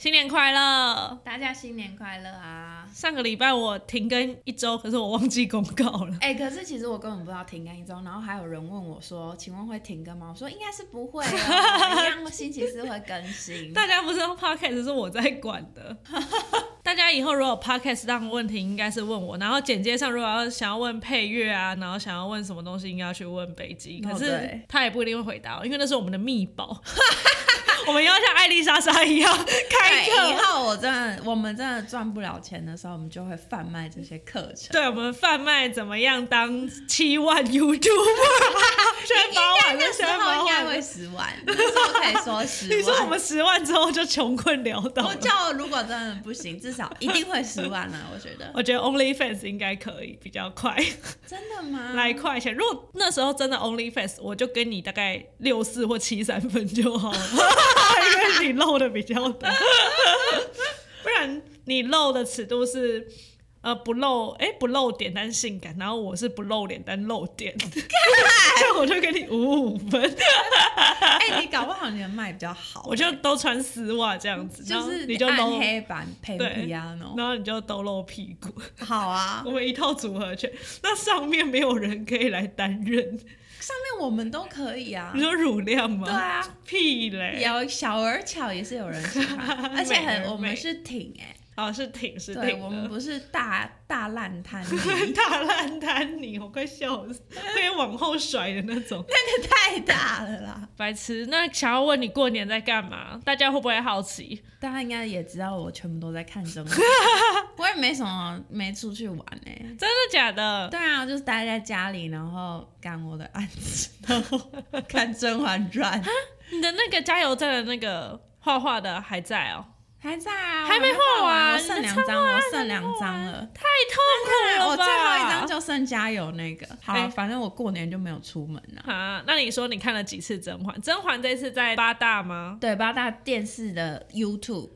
新年快乐！ 大家新年快乐啊！ 上个礼拜我停更1周，可是我忘记公告了。 可是其实我根本不知道停更1周，然后还有人问我说：“请问会停更吗？”我说：“应该是不会哦，一样星期四会更新。” 大家不是用 podcast 是我在管的。大家以后如果有 podcast 上的问题，应该是问我。然后简介上如果想要问配乐啊，然后想要问什么东西，应该要去问北极。可是他也不一定会回答，因为那是我们的秘宝。我们要像艾丽莎莎一样开课。 以后我们真的赚不了钱的时候，我们就会贩卖这些课程。 对，我们贩卖怎么样当7万 YouTuber。宣发完了， 那时候应该会10万，那时候可以说10万。 你说我们10万之后就穷困潦倒了？ 我叫如果真的不行，至少一定会10万了。我觉得 OnlyFans 应该可以比较快。 真的吗？ 来快钱！如果那时候真的 OnlyFans， 我就跟你大概64或73分就好了。因为你露的比较多。不然你露的尺度是不露点但性感，然后我是不露脸但露点，这样我就给你55分。 你搞不好你的卖比较好， 我就都穿丝袜这样子， 就是你就暗黑版配 piano， 然后你就都露屁股。 好啊， 我们一套组合拳。那上面没有人可以来担任， 上面我们都可以啊。 你说乳量吗？ 对啊， 屁嘞！ 有小而巧也是有人喜欢，而且我们是挺是挺对，我们不是大烂摊泥。 大烂摊泥，我快笑死，可以往后甩的那种。 那个太大了啦， 白痴。那想要问你过年在干嘛？大家会不会好奇？ 大家应该也知道我全部都在看甄嬛。我也没出去玩真的假的？ 对啊，就是待在家里，然后干我的案子，然后看《甄嬛传》。 你的那个加油站的那个画的还在哦？ 还在啊， 还没画完， 我剩2张，我剩2张了， 太痛苦了吧！ 我最后一张就剩加油那个。好，反正我过年就没有出门了。 那你说你看了几次甄嬛？甄嬛这次在8大吗？ 对，8大电视的 YouTube，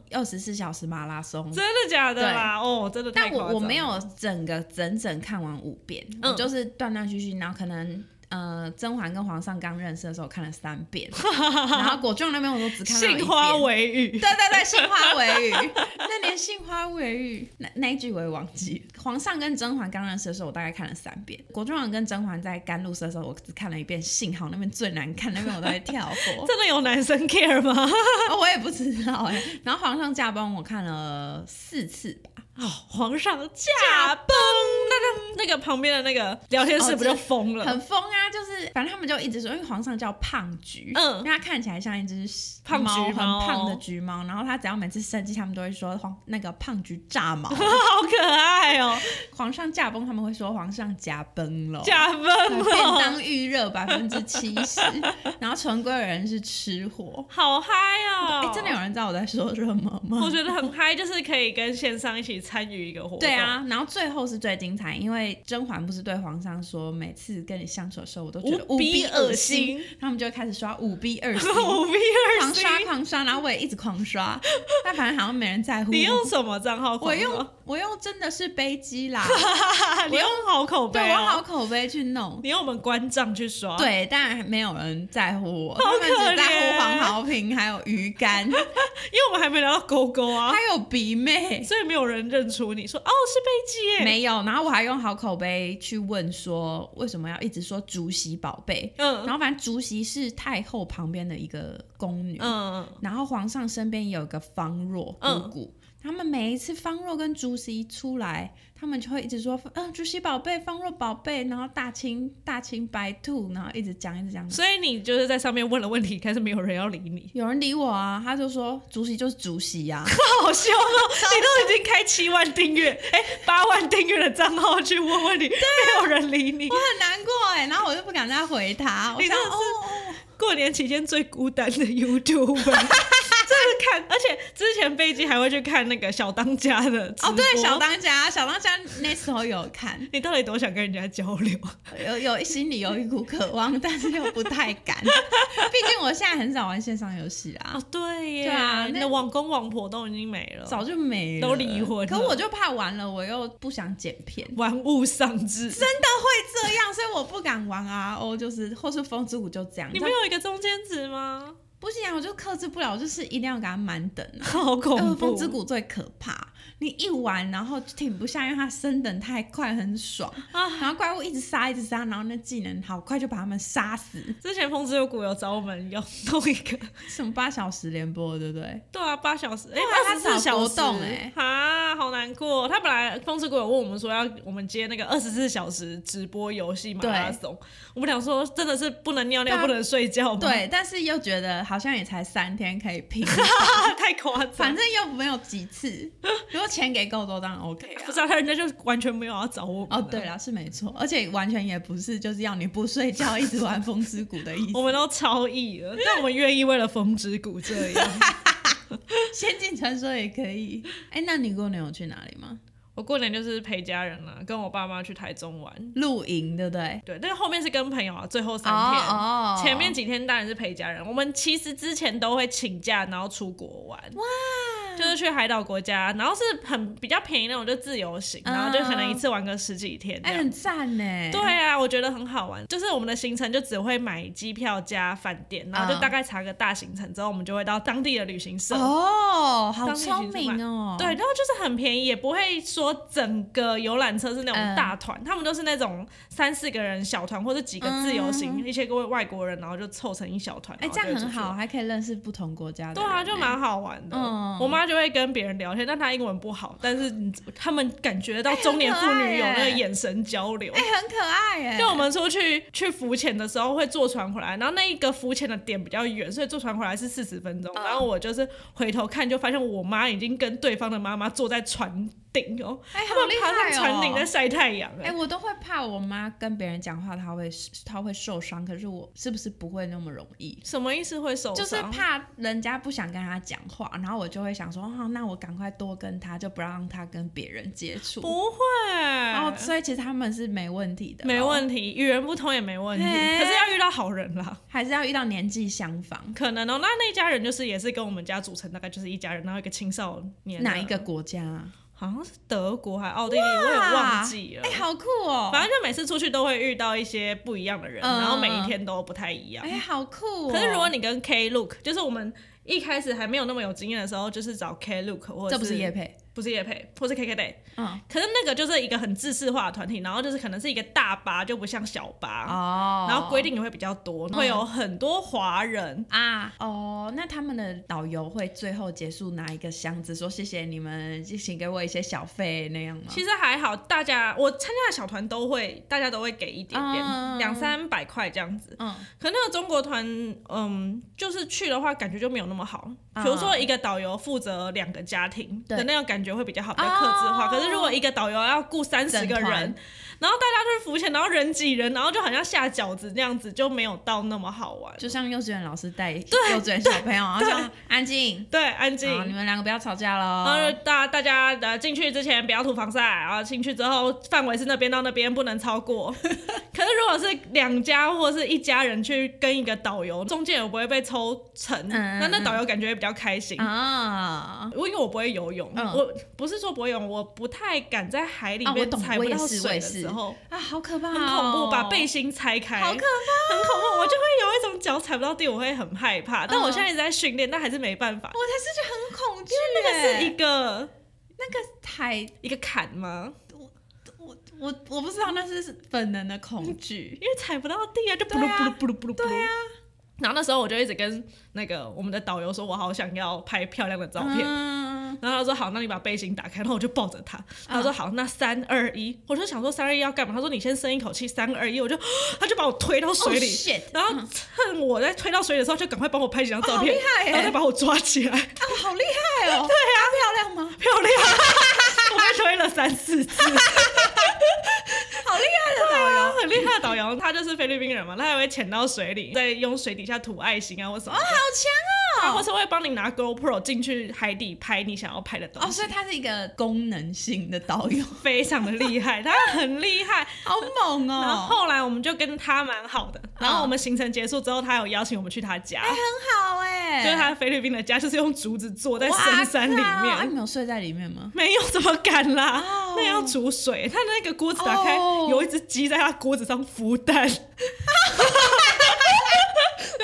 24小时马拉松。 真的假的啦？真的太夸张了。 但我没有整看完5遍，我就是断断续续，然后可能。甄嬛跟皇上刚认识的时候看了3遍，然后果郡那边我都只看到1遍。 杏花微雨， 对，杏花微雨，那连杏花微雨那一句我也忘记。皇上跟甄嬛刚认识的时候，我大概看了3遍。果郡王跟甄嬛在甘露寺的时候，我只看了1遍。幸好那边最难看，那边我都会跳过。 真的有男生 care 吗？ 我也不知道然后皇上驾崩我看了4次吧。 皇上驾崩，那个旁边的那个聊天室不就疯了？ 很疯啊！就是反正他们就一直说，因为皇上叫胖橘，因为他看起来像一只胖橘猫， 很胖的橘猫。然后他只要每次生气，他们都会说那个胖橘炸毛， 好可爱哦。 皇上驾崩，他们会说皇上驾崩了， 驾崩了， 便当预热70%，然后纯贵人是吃货， 好嗨哦！ 真的有人知道我在说什么吗？ 我觉得很嗨，就是可以跟线上一起参与一个活动。 对啊，然后最后是最精彩，因为甄嬛不是对皇上说，每次跟你相处的时候，我都觉得无比恶心，他们就会开始刷5B20，狂刷，然后我也一直狂刷，但反正好像没人在乎。 你用什么账号狂刷？ 我用真的是飞机啦， 我用好口碑， 对，我好口碑去弄。 你用我们官账去刷， 对，但没有人在乎我， 好可怜， 他们只在乎黄豪平还有鱼竿，因为我们还没聊到勾勾啊， 还有鼻妹， 所以没有人认出你说是飞机耶， 没有。然后我还用好口碑去问说为什么要一直说竹席宝贝，然后反正竹席是太后旁边的一个宫女，然后皇上身边有一个方若姑姑。他们每一次方若跟竹席出来，他们就会一直说竹席宝贝，方若宝贝，然后大清白兔，然后一直讲。 所以你就是在上面问了问题，可是没有人要理你。 有人理我啊，他就说竹席就是竹席啊。 好凶哦！你都已经开7万订阅，8万订阅的账号去问问题，没有人理你， 我很难过然后我就不敢再回他。我想过年期间最孤单的 YouTuber。看，而且之前飞机还会去看那个小当家的直播。 对，小当家那时候有看。 你到底多想跟人家交流？ 心里有一股渴望，但是又不太敢。毕竟我现在很少玩线上游戏啦。 对耶， 对啊， 你的网公网婆都已经没了， 早就没了， 都离婚了。 可我就怕玩了，我又不想剪片， 玩物丧志， 真的会这样，所以我不敢玩RO，就是或是风之谷就这样。 你没有一个中间值吗？ 不行啊，我就克制不了，就是一定要给它满等啊。 好恐怖！ 风之谷最可怕，你一玩然后就停不下，因为它升等太快，很爽啊。然后怪物一直杀，然后那技能好快就把他们杀死。 之前风之谷有找我们要弄一个什么8小时连播，对不对？ 对啊，8小时 ，24 小时啊， 好难过。他本来风之谷有问我们说要我们接那个24小时直播游戏马拉松，我们俩说真的是不能尿尿，不能睡觉吗？ 对，但是又觉得好像也才3天可以拼， 太夸张。 反正又没有几次，如果钱给够多当然 OK 啊。 不知道人家就完全没有要找我们。 哦，对啦，是没错，而且完全也不是就是要你不睡觉一直玩风之谷的意思。 我们都超意了，但我们愿意为了风之谷这样。 仙境传说也可以。那你过年有去哪里吗？ 我过年就是陪家人啦，跟我爸妈去台中玩露营，对不对？ 对，但是后面是跟朋友啊，最后3天，前面几天当然是陪家人。我们其实之前都会请假，然后出国玩，哇，就是去海岛国家，然后是比较便宜那种，就自由行，然后就可能一次玩个10几天， 很赞呢。 对啊，我觉得很好玩。就是我们的行程就只会买机票加饭店，然后就大概查个大行程之后，我们就会到当地的旅行社。 哦，好聪明哦。 对，然后就是很便宜，也不会说整个游览车是那种大团，他们都是那种3、4个人小团，或者几个自由行，一些个外国人，然后就凑成一小团。 这样很好，还可以认识不同国家的人。 对啊，就蛮好玩的。我妈就会跟别人聊天，但她英文不好，但是他们感觉到中年妇女有那个眼神交流， 很可爱耶。 就我们出去浮潜的时候会坐船回来，然后那一个浮潜的点比较远，所以坐船回来是40分钟。然后我就是回头看，就发现我妈已经跟对方的妈妈坐在船顶哦，他们爬上船顶在晒太阳。 我都会怕我妈跟别人讲话，她会受伤，可是我是不是不会那么容易？ 什么意思会受伤？ 就是怕人家不想跟她讲话，然后我就会想说，那我赶快多跟她，就不让她跟别人接触。 不会， 所以其实他们是没问题的， 没问题，语言不通也没问题，可是要遇到好人啦， 还是要遇到年纪相仿， 可能哦。那家人就是也是跟我们家组成，大概就是一家人，然后一个青少年。 哪一个国家啊？ 好像是德国还奥地利，我也忘记了。 好酷哦！ 反正就每次出去都会遇到一些不一样的人，然后每一天都不太一样。 好酷哦！ 可是如果你跟 Klook， 就是我们一开始还没有那么有经验的时候，就是找 Klook 或者是这不是业配。 不是业配，或是 KKday，可是那个就是一个很制式化的团体，然后就是可能是一个大巴，就不像小巴，然后规定也会比给多，会有很多华人那他们的导游会最后结束拿一个箱子说谢谢你们，请给我一些小费那样吗？ 其实还好，我参加的小团大家都会给一点点，200-300块这样子。可那个中国团，就是去的话感觉就没有那么好。比如说一个导游负责2个家庭的那种感觉会比较好，比较客制化。可是如果一个导游要顾30个人，然后大家都是浮潜，然后人挤人，然后就好像下饺子那样子，就没有到那么好玩。 就像幼稚园老师带幼稚园小朋友，然后说安静， 对，安静， 你们2个不要吵架咯。 然后大家进去之前不要涂防晒，然后进去之后范围是那边到那边，不能超过。可是如果是2家或是1家人去跟一个导游，中间也不会被抽成，那导游感觉会比较开心因为我不会游泳，我不是说不会游泳，我不太敢在海里面踩不到水的时候好可怕， 很恐怖，把背心拆开， 好可怕， 很恐怖，我就会有一种脚踩不到地，我会很害怕。但我现在一直在训练，但还是没办法。 我才是觉得很恐惧， 那个是一个坎吗？ 我不知道，那是本能的恐惧， 因为踩不到地啊，就布噜布噜布噜布噜布噜。对啊。然后那时候我就一直跟那个我们的导游说，我好想要拍漂亮的照片。然后他说好，那你把背心打开。然后我就抱着他，他说好，那3、2、1。我就想说3、2、1要干嘛？他说你先深一口气，3、2、1。他就把我推到水里，然后趁我在推到水里的时候，就赶快帮我拍几张照片，然后再把我抓起来。 好厉害哦！ 对啊， 漂亮吗？ 漂亮，我被推了3、4次。 好厉害的导游， 很厉害的导游，他就是菲律宾人嘛，他还会潜到水里，再用水底下涂爱心啊或什么。 好强他或是会帮你拿 GoPro 进去海底拍你想要拍的东西。 所以他是一个功能性的导游， 非常的厉害，他很厉害， 好猛哦。 然后后来我们就跟他蛮好的，然后我们行程结束之后，他有邀请我们去他家， 很好就是他菲律宾的家，就是用竹子做在深山里面。 你没有睡在里面吗？ 没有，怎么敢啦？那要煮水，他那个锅子打开，有一只鸡在他锅子上孵蛋，然后要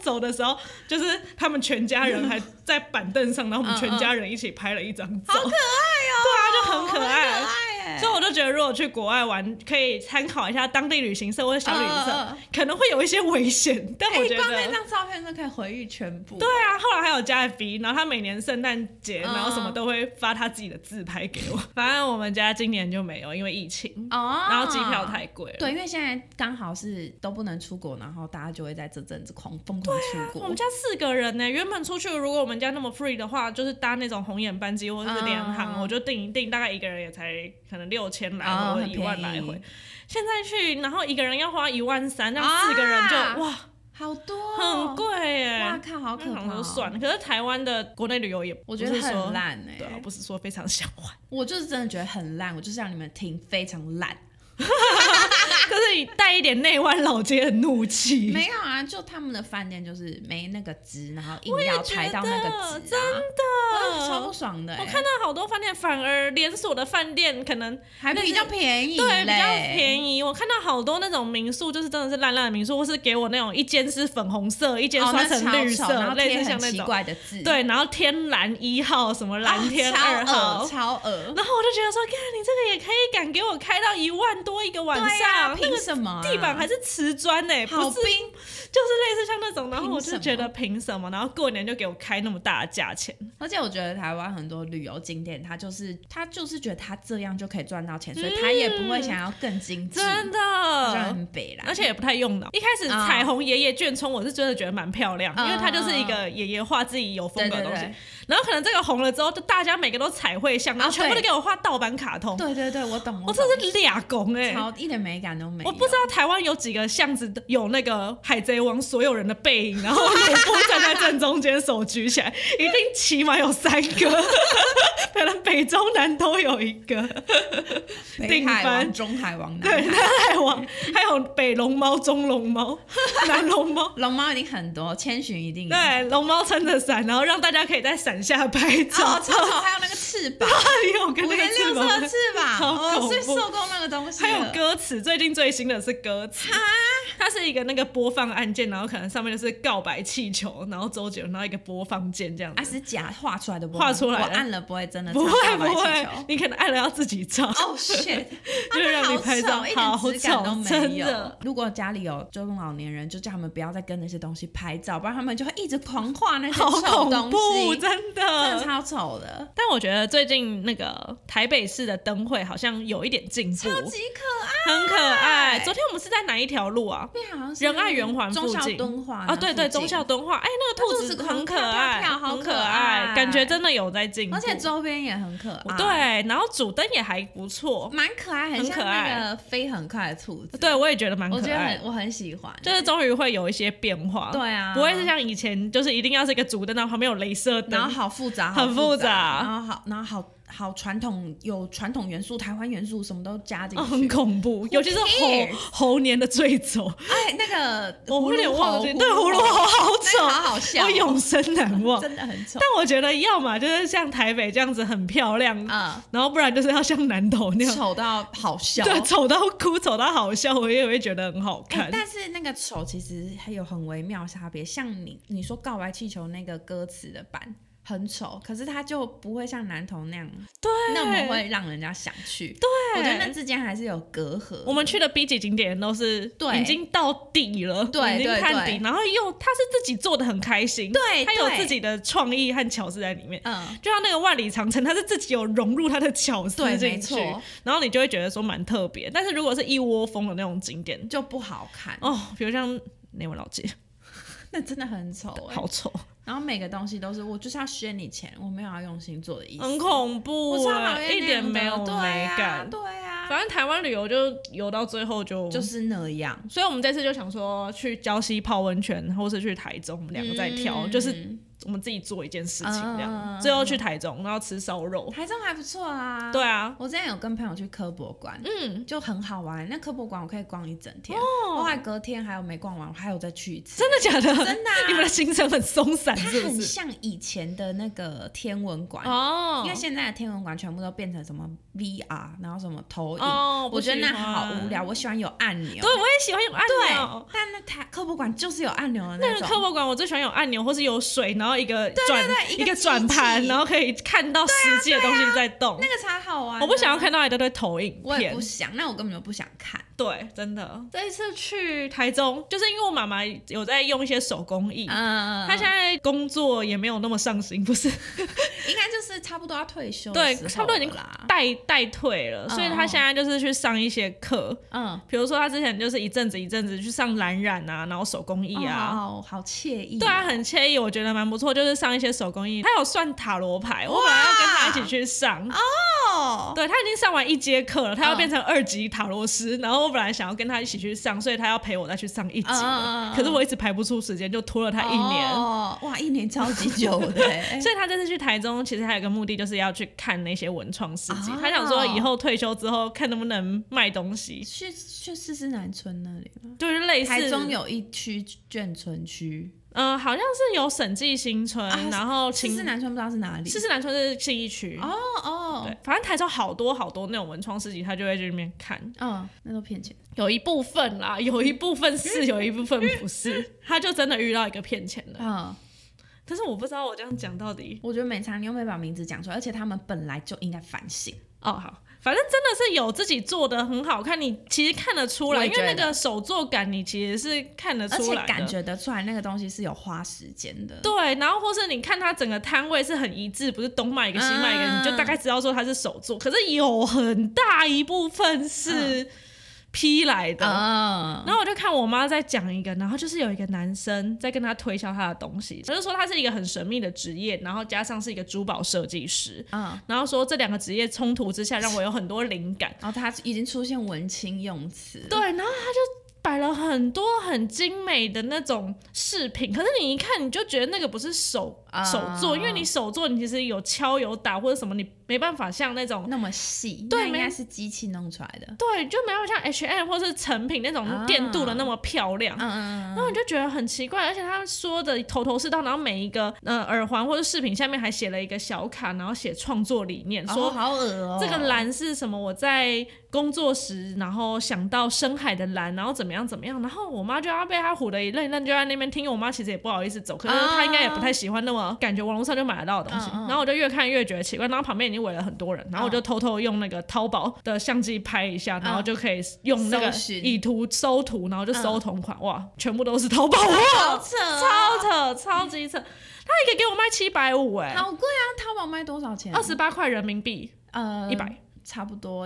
走的时候，就是他们全家人还在板凳上，然后我们全家人一起拍了一张照， 好可爱哦。 对啊，就很可爱。 很可爱， 所以我就觉得，如果去国外玩，可以参考一下当地旅行社或者小旅社，可能会有一些危险，但我觉得光那张照片就可以回忆全部。 对啊，后来还有加 FB， 然后他每年圣诞节，然后什么都会发他自己的自拍给我。反正我们家今年就没有，因为疫情，然后机票太贵了。 对，因为现在刚好是都不能出国，然后大家就会在这阵子疯狂出国。 我们家4个人呢，原本出去如果我们家那么 free 的话，就是搭那种红眼班机或者是联航，我就订一订，大概一个人也才可能6000来回或者1万来回。现在去，然后一个人要花13000，那4个人就哇。 好多、 很贵耶！ 哇靠，好可怕！ 都算了，可是台湾的国内旅游也我觉得很烂哎， 对啊，不是说非常想玩， 我就是真的觉得很烂，我就是让你们听非常烂。 就是你带一点内湾老街的怒气。 没有啊，就他们的饭店就是没那个值，然后硬要抬到那个值、 真的超不爽的、 我看到好多饭店反而连锁的饭店可能还比较便宜， 对，比较便宜。我看到好多那种民宿，就是真的是烂烂的民宿，或是给我那种一间是粉红色，一间刷成绿色，类似像那种奇怪的字， 对，然后天蓝1号什么蓝天2号， 超恶。 然后我就觉得说，看你这个也可以敢给我开到1万多一个晚上， 凭什么、 地板还是瓷砖呢？ 好冰， 就是类似像那种，然后我就觉得凭什么？然后过年就给我开那么大的价钱。 而且我觉得台湾很多旅游景点，他就是觉得他这样就可以赚到钱，所以他也不会想要更精致， 真的， 很北啦， 而且也不太用脑。一开始彩虹爷爷卷葱，我是真的觉得蛮漂亮，因为它就是一个爷爷画自己有风格的东西。然后可能这个红了之后，就大家每个都彩绘像，然后全部都给我画盗版卡通。 对对对，我懂。 我真是俩公哎， 一点美感都没有。 我不知道台湾有几个巷子有那个海贼王所有人的背影，然后鲁夫站在正中间，手举起来，一定起码有3个，可能北中南都有一个。 北海王、中海王、 南海王，还有北龙猫、中龙猫、南龙猫。 龙猫一定很多，千寻一定有。 对，龙猫撑着伞，然后让大家可以在伞下拍照。 超丑，还有那个翅膀， 你有跟那个翅膀？ 翅膀，我最受够那个东西。 还有歌词，最近最新的是歌词。它是一个那个播放按键，然后可能上面就是告白气球，然后周杰伦，然后一个播放键这样子。 是假画出来的， 画出来的， 我按了不会真的不会，你可能按了要自己唱。 Oh shit， 就是让你拍照， 一点质感都没有。如果家里有中老年人，就叫他们不要再跟那些东西拍照，不然他们就会一直狂画那些丑东西， 真的超丑的。 但我觉得最近那个台北市的灯会好像有一点进步， 超级可爱， 很可爱。昨天我们是在哪一条路啊？仁爱圆环附近， 忠孝敦化啊，对对，忠孝敦化。哎，那个兔子很可爱， 好可爱，感觉真的有在进步， 而且周边也很可爱。 对，然后主灯也还不错， 蛮可爱，很像那个飞很快的兔子。 对，我也觉得蛮可爱， 我很喜欢， 就是终于会有一些变化。 对啊， 不会是像以前，就是一定要是一个主灯，然后旁边有雷射灯， 然后好复杂， 很复杂， 然后好传统，有传统元素，台湾元素什么都加进去， 很恐怖。尤其是猴年的醉酒， 哎，那个我有点忘记，对，葫芦猴好丑， 好好笑， 我永生难忘， 真的很丑。 但我觉得要么就是像台北这样子很漂亮，然后不然就是要像南投那样丑到好笑， 对，丑到哭，丑到好笑，我也会觉得很好看。 但是那个丑其实还有很微妙差别，像你说告白气球那个歌词的版。很丑，可是它就不会像南投那样， 对， 那么会让人家想去。 对， 我觉得那之间还是有隔阂。 我们去的 B 级景点都是已经到底了， 对， 已经看底，然后他是自己做的很开心， 对， 他有自己的创意和巧思在里面。就像那个万里长城，他是自己有融入他的巧思进去，然后你就会觉得说蛮特别。但是如果是一窝蜂的那种景点， 就不好看哦，比如像内文老街， 那真的很丑， 好丑。 然后每个东西都是我就是要削你钱，我没有要用心做的意思， 很恐怖，一点没有美感。 对啊， 反正台湾旅游就游到最后就是那样。 所以我们这次就想说去礁溪泡温泉，或是去台中，我们2个在挑，就是我们自己做一件事情这样。最后去台中，然后吃烧肉。 台中还不错啊。 对啊， 我之前有跟朋友去科博馆，就很好玩。那科博馆我可以逛一整天，后来隔天还有没逛完，我还有再去一次。 真的假的？ 真的啊！ 你们的行程很松散，是不是？ 它很像以前的那个天文馆因为现在的天文馆全部都变成什么 VR， 然后什么投影，我觉得那好无聊。我喜欢有按钮。 对，我也喜欢有按钮。 但那科博馆就是有按钮的那个科博馆我最喜欢有按钮，或是有水，然后一个转盘，然后可以看到实际的东西在动， 那个才好玩。 我不想要看到一堆投影片， 我也不想，那我根本就不想看。 对，真的。这一次去台中，就是因为我妈妈有在用一些手工艺，她现在工作也没有那么上心，不是？ 应该就是差不多要退休， 对，差不多已经代退了，所以她现在就是去上一些课，比如说她之前就是一阵子去上蓝染啊，然后手工艺啊， 好惬意。 对啊，很惬意，我觉得蛮不错，就是上一些手工艺。她有算塔罗牌，我本来要跟她一起去上对，她已经上完1节课了，她要变成2级塔罗师，然后我本来想要跟她一起去上，所以她要陪我再去上1级了，可是我一直排不出时间，就拖了她1年。 哇，1年超级久的。 所以她这次去台中，其实还有一个目的，就是要去看那些文创市集。她想说以后退休之后，看能不能卖东西。 去四四南村那里吗？ 对，类似台中有一区眷村区。 好像是有审计新村，然后四四南村不知道是哪里。 四四南村是信义区。对，反正台中好多那种文创市集，他就会去那边看。 那都骗钱。 有一部分啦，有一部分是，有一部分不是。他就真的遇到一个骗钱的。但是我不知道我这样讲到底。 我觉得没差，你又没把名字讲出来，而且他们本来就应该反省。 好，反正真的是有自己做的很好看，你其实看得出来，因为那个手作感你其实是看得出来的， 而且感觉得出来那个东西是有花时间的。 对，然后或是你看它整个摊位是很一致，不是东卖一个西卖一个，你就大概知道说它是手作，可是有很大一部分是批来的。然后我就看我妈在讲一个，然后就是有一个男生在跟他推销他的东西，就是说他是一个很神秘的职业，然后加上是一个珠宝设计师，然后说这2个职业冲突之下让我有很多灵感， 然后他已经出现文青用词， 对，然后他就摆了很多很精美的那种饰品，可是你一看你就觉得那个不是手做，因为你手做你其实有敲有打或者什么，你没办法像那种那么细， 对， 应该是机器弄出来的， 对，就没办法像 H&M 或是成品那种电镀的那么漂亮，然后你就觉得很奇怪，而且他说的头头是道，然后每一个耳环或者饰品下面还写了一个小卡，然后写创作理念，说好恶哦， 这个蓝是什么，我在工作时然后想到深海的蓝，然后怎么样，然后我妈就要被他唬得一愣一愣，就在那边听，我妈其实也不好意思走，可是她应该也不太喜欢那么感觉网络上就买得到的东西，然后我就越看越觉得奇怪，然后旁边已经围了很多人，然后我就偷偷用那个淘宝的相机拍一下，然后就可以用那个以图搜图，然后就搜同款，哇，全部都是淘宝货， 好扯， 超扯，超级扯，他也可以给我卖750， 好贵啊！淘宝卖多少钱 ？28块人民币，100， 差不多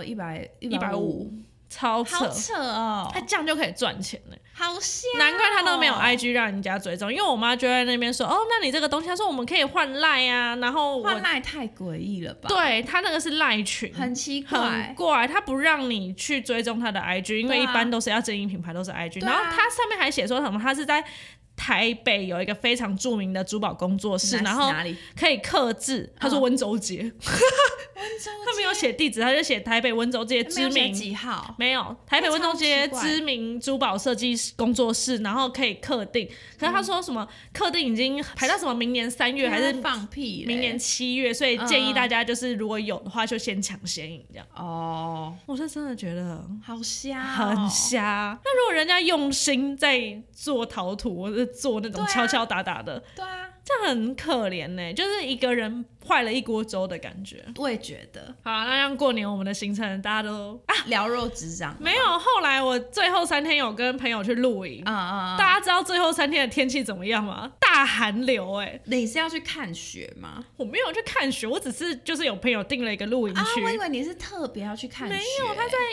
150。超扯， 好扯哦！ 他这样就可以赚钱了， 好香， 难怪他都没有 IG 让人家追踪，因为我妈就在那边说，那你这个东西，她说我们可以换赖啊，然后换赖太诡异了吧？ 对，他那个是赖群， 很奇怪， 很怪，他不让你去追踪他的 IG，因为一般都是要经营品牌都是 IG，然后他上面还写说什么，他是在台北有一个非常著名的珠宝工作室，然后可以客制，他说温州街。他没有写地址，他就写台北温州街知名几号， 没有台北温州街知名珠宝设计工作室，然后可以客定。可是他说什么客定已经排到什么明年3月还是放屁， 明年7月，所以建议大家就是如果有的话就先抢先赢这样。我是真的觉得好瞎， 很瞎。那如果人家用心在做陶土或者做那种敲敲打打的， 对啊， 这样很可怜呢，就是一个人坏了一锅粥的感觉。 我也觉得。 好，那像过年我们的行程大家都了若指掌。 没有，后来我最后3天有跟朋友去露营，大家知道最后3天的天气怎么样吗？大寒流你是要去看雪吗？ 我没有去看雪，我只是就是有朋友订了一个露营区。 我以为你是特别要去看雪。 没有，他在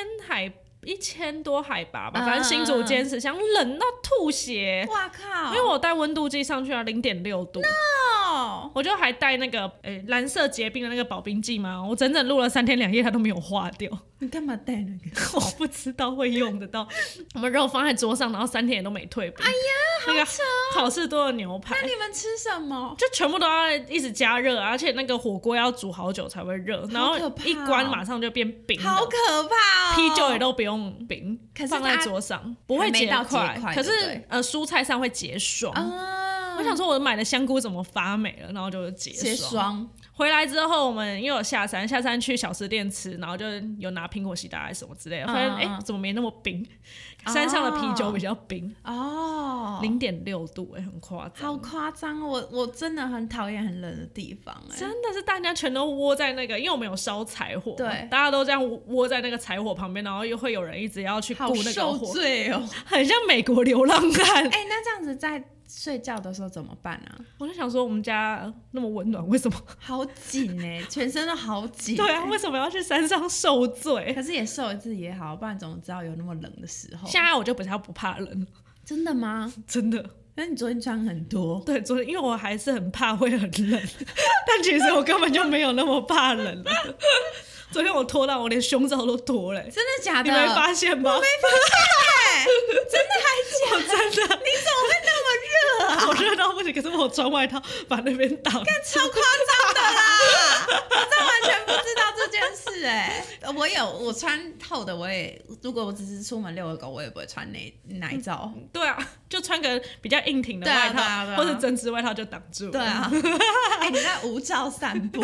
1000多海拔吧，反正新竹尖石乡冷到吐血。 哇靠！ 因为我带温度计上去啊，0.6度。 No！ 我就还带那个蓝色结冰的那个保冰剂嘛，我整整录了3天2夜它都没有化掉。 你干嘛带那个？ 我不知道会用得到。我们肉放在桌上，然后3天也都没退冰。 哎呀， 那个好事多的牛排， 那你们吃什么？ 就全部都要一直加热，而且那个火锅要煮好久才会热，然后一关马上就变冰了， 好可怕哦！ 啤酒也都不用冰，放在桌上不会结块，可是蔬菜上会结霜。我想说我买的香菇怎么发霉了，然后就结霜。回来之后，我们又有下山去小吃店吃，然后就有拿苹果西打什么之类的，发现怎么没那么冰？山上的啤酒比较冰哦，0.6度很夸张， 好夸张哦！我真的很讨厌很冷的地方真的是大家全都窝在那个，因为我们有烧柴火， 对， 大家都这样窝在那个柴火旁边，然后又会有人一直要去顾那个火， 好受罪哦， 很像美国流浪汉。 那这样子在睡觉的时候怎么办啊？ 我就想说，我们家那么温暖，为什么好紧全身都好紧。 对啊，为什么要去山上受罪？ 可是也受一次也好，不然怎么知道有那么冷的时候？ 现在我就比较不怕冷。 真的吗？ 真的。 那你昨天穿很多？ 对，昨天因为我还是很怕会很冷，但其实我根本就没有那么怕冷了。昨天我脱到我连胸罩都脱了。真的假的？ 你没发现吗？ 我没发现真的还假的？ 真的。 你怎么会那么热啊？ 我热到不行，可是我穿外套把那边挡住。 超夸张的啦！我真的完全不知道这件事我穿厚的，如果我只是出门遛个狗，我也不会穿奶罩。 对啊，就穿个比较硬挺的外套，或者针织外套就挡住了。 对啊，你在无照散步。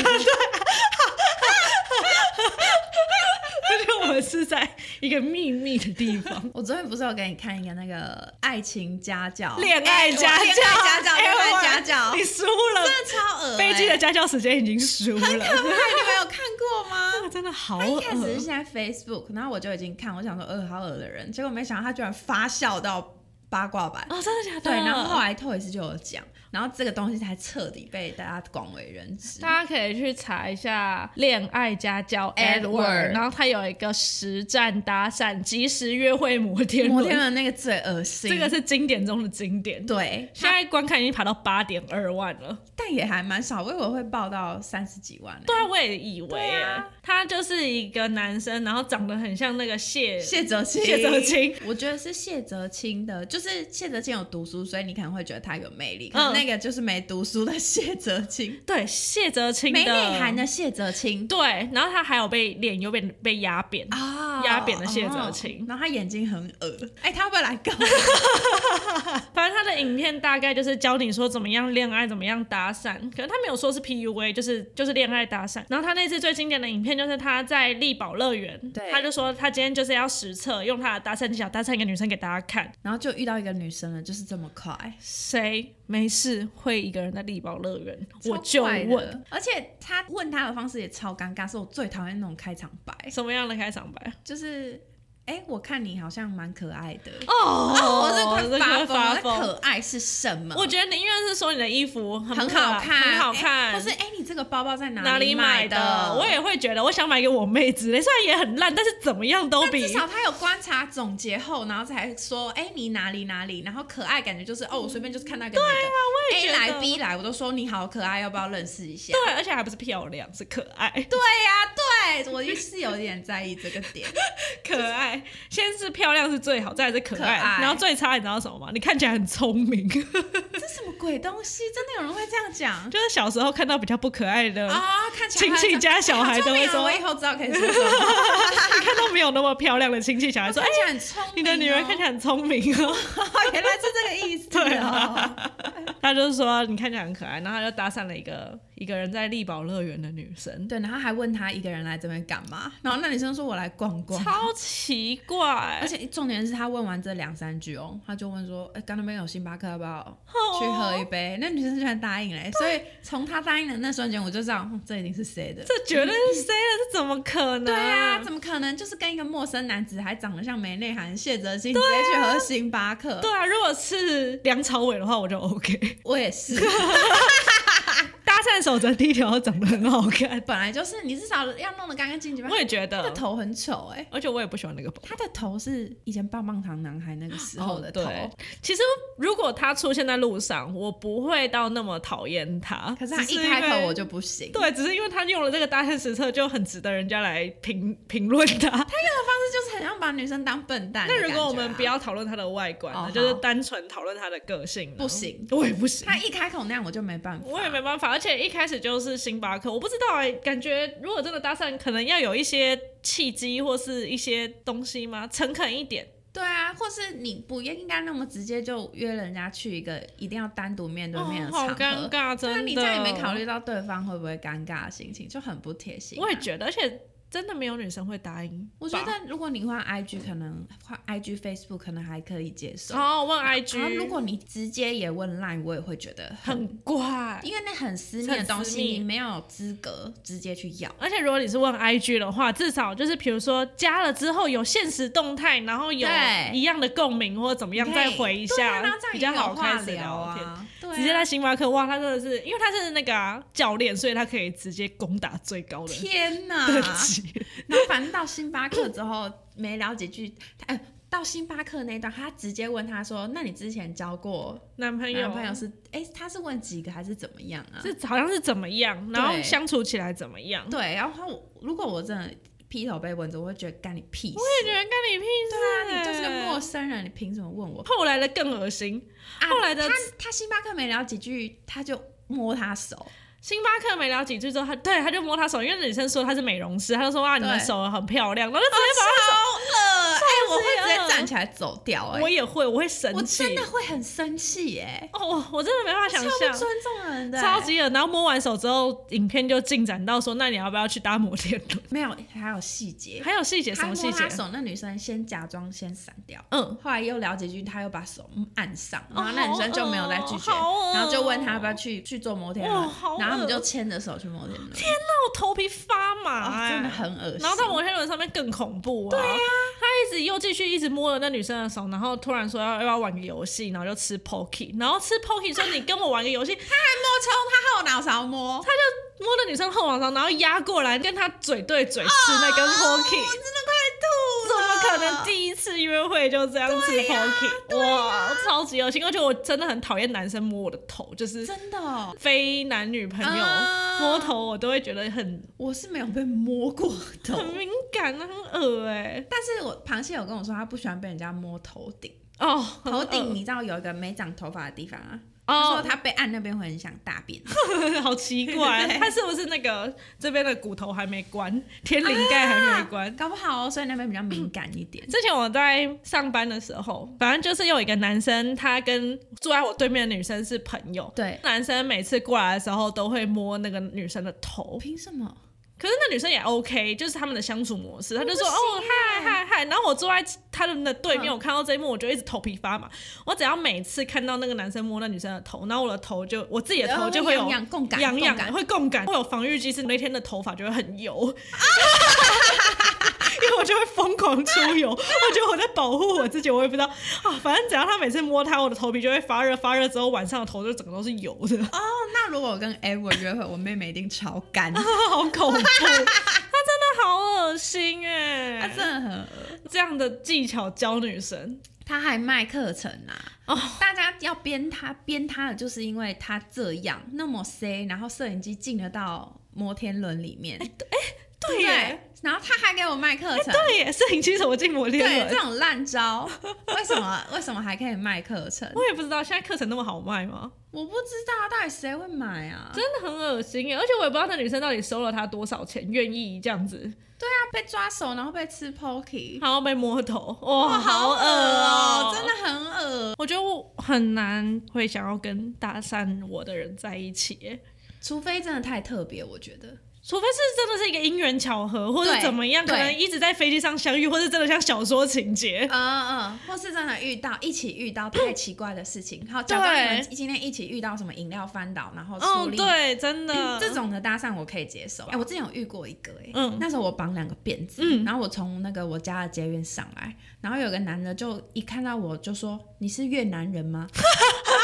而且我们是在一个秘密的地方。 我昨天不是有给你看一个那个爱情家教、 恋爱家教、你输了， 真的超恶飞机的家教时间已经输了， 很可怕。你们有看过吗？ 那个真的好恶。 他一开始是现在 Facebook， 然后我就已经看，我想说好恶的人，结果没想到他居然发酵到八卦版。 哦，真的假的？ 对，然后后来 Toys 就有讲。然后这个东西才彻底被大家广为人知。 大家可以去查一下恋爱家教 Edward， 然后他有一个实战搭讪即时约会摩天轮那个最恶心， 这个是经典中的经典。 对， 现在观看已经爬到8.2万了， 但也还蛮少，我以为会爆到30几万。 对啊，我也以为他就是一个男生，然后长得很像那个谢哲青。 我觉得是谢哲青的，就是谢哲青有读书，所以你可能会觉得他有魅力。那个就是没读书的谢哲青， 对，谢哲青的没内涵的谢哲青， 对，然后他还有脸有被压扁压扁的谢哲青， 然后他眼睛很恶他会不会来告？ 反正他的影片大概就是教你说怎么样恋爱，怎么样搭讪，可能他没有说是 PUA， 就是恋爱搭讪。然后他那次最经典的影片就是他在力宝乐园，他就说他今天就是要实测用他的搭讪技巧搭讪一个女生给大家看， 然后就遇到一个女生了，就是这么快， 谁没事会一个人在力宝乐园？我就问， 而且他问他的方式也超尴尬，是我最讨厌那种开场白。 什么样的开场白？ 就是我看你好像蛮可爱的我这个发疯，可爱是什么？ 我觉得宁愿是说你的衣服很好看， 或是你这个包包在哪里买的？ 我也会觉得我想买给我妹之类，虽然也很烂，但是怎么样都比。 至少他有观察总结后，然后才说你哪里，然后可爱感觉就是我随便就是看到一个女的， 我也觉得 A 来 B 来，我都说你好可爱，要不要认识一下？ 对，而且还不是漂亮，是可爱。 对呀，对我是有点在意这个点， 可爱。先是漂亮是最好，再来是可爱，然后最差你知道什么吗？你看起来很聪明。这什么鬼东西？真的有人会这样讲？ 就是小时候看到比较不可爱的看起来亲戚家小孩都会说， 我以后知道可以说什么。 你看到没有那么漂亮的亲戚小孩说， 看起来很聪明， 你的女儿看起来很聪明哦。 原来是这个意思。 对啊，他就是说你看起来很可爱，然后他就搭讪了一个人在力宝乐园的女生。 对，然后还问他一个人来这边干嘛，然后那女生说我来逛逛， 超奇怪。 而且重点是他问完这2-3句他就问说刚那边有星巴克，要不要去喝一杯？那女生居然答应了所以从他答应的那瞬间我就知道这一定是谁的， 这绝对是谁的，这怎么可能？ 对啊，怎么可能？就是跟一个陌生男子还长得像没内涵谢哲青直接去喝星巴克。 对啊，如果是梁朝伟的话我就 OK。 我也是。 搭讪看守则第一条长得很好看， 本来就是你至少要弄得干干净净吧。 我也觉得他的头很丑而且我也不喜欢那个宝宝。 他的头是以前棒棒糖男孩那个时候的头。 对，其实如果他出现在路上，我不会到那么讨厌他。 可是他一开口我就不行。 对，只是因为他用了这个大限实测，就很值得人家来评论他。他用的方式就是很像把女生当笨蛋的感觉。 那如果我们不要讨论他的外观呢，就是单纯讨论他的个性呢？ 不行， 我也不行。 他一开口那样我就没办法。 我也没办法，而且一开始就是星巴克，我不知道感觉如果真的搭讪，可能要有一些契机或是一些东西吗？诚恳一点。 对啊，或是你不应该那么直接就约人家去一个一定要单独面对面的场合， 好尴尬，真的。 那你这样也没考虑到对方会不会尴尬的心情，就很不贴心。 我也觉得，而且真的没有女生会答应。 我觉得如果你换 IG， 可能换 IG、Facebook 可能还可以接受。 问 IG。 然后如果你直接也问 Line， 我也会觉得很怪， 因为那很私密的东西，你没有资格直接去要。 而且如果你是问 IG 的话，至少就是比如说加了之后有限时动态，然后有一样的共鸣或者怎么样再回一下，比较好开始聊天。直接在星巴克，哇，他真的是，因为他是那个教练，所以他可以直接攻打最高的天哪等级。 然后反正到星巴克之后没聊几句，到星巴克那一段，他直接问他说：“那你之前交过男朋友是？他是问几个还是怎么样啊？ 是好像是怎么样，然后相处起来怎么样？ 对，然后如果我真的劈头被问着，我会觉得干你屁事。 我也觉得干你屁事。 对啊，你就是个陌生人，你凭什么问我？ 后来的更恶心，后来的他星巴克没聊几句，他就摸他手。 星巴克没聊几句之后，他就摸他手，因为女生说他是美容师，他就说你的手很漂亮，然后就直接把他手我会直接站起来走掉。 我也会，我会生气， 我真的会很生气我真的没办法想象， 超不尊重人的， 超级恶。然后摸完手之后，影片就进展到说，那你要不要去搭摩天轮？ 没有，还有细节，什么细节？ 他摸他手，那女生先假装先闪掉，后来又聊几句，他又把手按上，然后那女生就没有再拒绝，然后就问他要不要去坐摩天轮，然后他们就牵着手去摩天轮。 天哪，我头皮发麻， 真的很恶心。 然后到摩天轮上面更恐怖对啊， 他又继续一直摸了那女生的手，然后突然说要玩个游戏，然后就吃 Pocky， 然后吃 Pocky 说你跟我玩个游戏，他还摸他后脑勺摸， 他就摸那女生后脑勺，然后压过来跟他嘴对嘴吃那根 Pocky， 我真的快吐了， 怎么可能第一次约会就这样吃 Pocky？哇，超级恶心！而且我真的很讨厌男生摸我的头，就是真的非男女朋友摸头，我都会觉得很， 我是没有被摸过头， 很敏感很恶但是螃蟹有跟我说他不喜欢被人家摸头顶头顶你知道有一个没长头发的地方啊。他说他被按那边会很想大便好奇怪，他是不是那个这边的骨头还没关，天灵盖还没关， 搞不好所以那边比较敏感一点。 之前我在上班的时候，反正就是有一个男生，他跟坐在我对面的女生是朋友， 对， 男生每次过来的时候都会摸那个女生的头， 凭什么？ 可是那女生也 OK， 就是他们的相处模式，他就说嗨，然后我坐在他们的对面，我看到这一幕我就一直头皮发麻。我只要每次看到那个男生摸那女生的头，然后我自己的头就会有痒痒，会共感，会有防御机制，那天的头发就会很油。因为我就会疯狂出油，我觉得我在保护我自己，我也不知道反正只要他每次摸他，我的头皮就会发热，发热之后晚上的头就整个都是油的。 那如果我跟 Edward 约会，我妹妹一定超干， 好恐怖，他真的好恶心他真的很恶。 这样的技巧教女生， 他还卖课程大家要编他的，就是因为他这样那么 C， 然后摄影机进得到摩天轮里面。 对耶， 然后他还给我卖课程， 对耶，摄影机怎么进摩天轮？ 对，这种烂招，为什么还可以卖课程？ 我也不知道，现在课程那么好卖吗？ 我不知道，到底谁会买啊？ 真的很恶心耶，而且我也不知道那女生到底收了他多少钱，愿意这样子。 对啊，被抓手，然后被吃 Pocky， 然后被摸头，哇，好恶真的很恶。 我觉得我很难会想要跟搭讪我的人在一起耶， 除非真的太特别，我觉得。 除非是真的是一个因缘巧合，或者怎么样，可能一直在飞机上相遇，或是真的像小说情节， 或是真的一起遇到太奇怪的事情。好，假装你们今天一起遇到什么饮料翻倒，然后处理， 对，真的， 这种的搭讪我可以接受。我之前有遇过一个，那时候我绑2个辫子，然后我从那个我家的捷运上来，然后有个男的就一看到我就说：“你是越南人吗？”然后我就说：“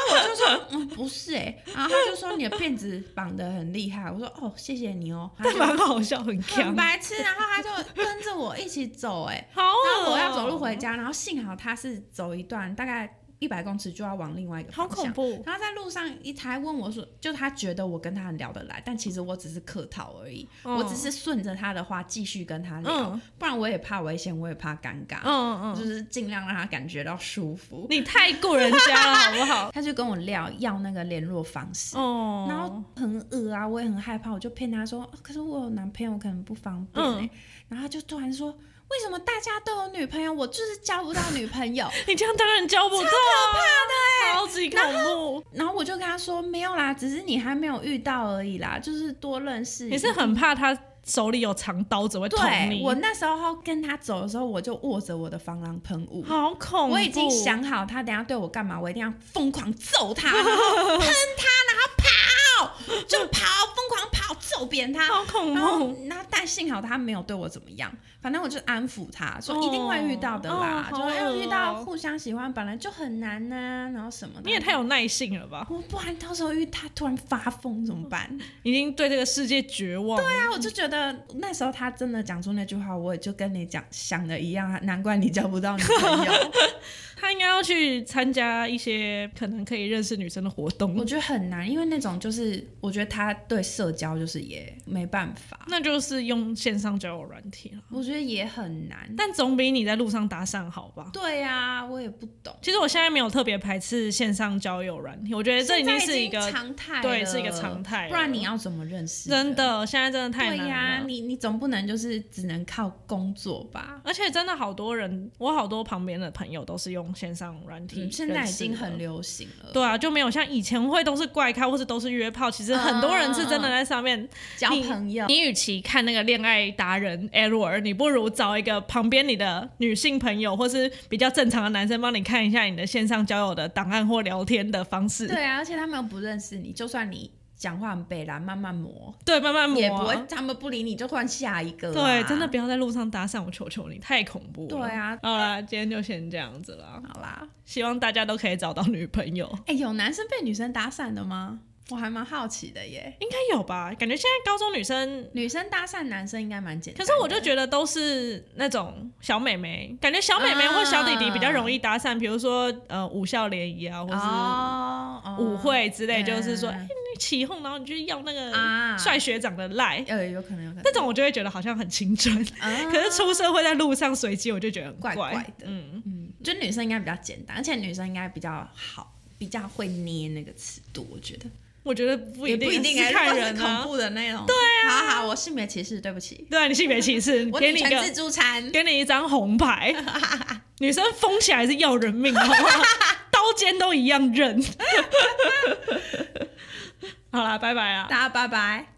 说不是然后他就说你的辫子绑得很厉害，我说哦谢谢你哦， 但蛮好笑，很白痴，然后他就跟着我一起走好恶然后我要走路回家，然后幸好他是走一段大概100公尺就要往另外一个方向， 好恐怖。 然后在路上他还问我说，就他觉得我跟他很聊得来，但其实我只是客套而已，我只是顺着他的话继续跟他聊，不然我也怕危险，我也怕尴尬，就是尽量让他感觉到舒服。 你太顾人家了好不好？ 他就跟我要那个联络方式，然后很恶啊，我也很害怕，我就骗他说，可是我有男朋友，可能不方便然后他就突然说，为什么大家都有女朋友，我就是交不到女朋友？ 你这样当然交不到，超可怕的超级恐怖。 然后我就跟他说，没有啦，只是你还没有遇到而已啦，就是多认识。 你是很怕他手里有长刀子会捅你？ 对，我那时候跟他走的时候，我就握着我的防狼喷雾， 好恐怖！ 我已经想好他等一下对我干嘛，我一定要疯狂揍他，然后喷他，然后跑，就跑，疯狂跑，揍扁他， 好恐怖。 然后但幸好他没有对我怎么样，反正我就安抚他说一定会遇到的啦，就要遇到互相喜欢本来就很难啊，然后什么的。 你也太有耐性了吧？ 我不然到时候他突然发疯怎么办？ 已经对这个世界绝望。 对啊，我就觉得那时候他真的讲出那句话，我也就跟你想的一样，难怪你交不到女朋友。 他应该要去参加一些可能可以认识女生的活动。 我觉得很难，因为那种就是我觉得他对社交就是也没办法， 那就是用线上交友软体了。 我觉得也很难， 但总比你在路上搭讪好吧？ 对啊，我也不懂。 其实我现在没有特别排斥线上交友软体，我觉得这已经是一个常态， 对，是一个常态。 不然你要怎么认识？ 真的，现在真的太难了。 对呀，你总不能就是只能靠工作吧？ 而且真的好多人，我好多旁边的朋友都是用线上软体， 现在已经很流行了。 对啊，就没有像以前会都是怪咖或是都是约炮，其实很多人是真的在上面交朋友。 你与其看那个恋爱达人 Edward， 你不如找一个旁边你的女性朋友或是比较正常的男生帮你看一下你的线上交友的档案或聊天的方式。 对啊，而且他们又不认识你，就算你讲话很北蓝，慢慢磨， 对，慢慢磨， 也不会，他们不理你就换下一个。 对，真的不要在路上搭讪，我求求你，太恐怖了。 对啊， 好啦，今天就先这样子啦。 好啦， 希望大家都可以找到女朋友。 有男生被女生搭讪的吗？我还蛮好奇的耶。 应该有吧，感觉现在高中女生搭讪男生应该蛮简单的。 可是我就觉得都是那种小妹妹，感觉小妹妹或小弟弟比较容易搭讪，比如说舞校联谊啊，或是舞会之类，就是说你起哄，然后你就要那个帅学长的赖， 有可能那种我就会觉得好像很青春，可是出社会在路上随机，我就觉得很怪怪的。就女生应该比较简单，而且女生应该比较好，比较会捏那个尺度，我觉得不一定是看人恐怖的那种。 对啊， 好，我性别歧视，对不起。 对啊，你性别歧视， 我女权自助餐， 给你一张红牌。女生疯起来是要人命，好不好？刀尖都一样刃。好啦，拜拜啊， 大家拜拜。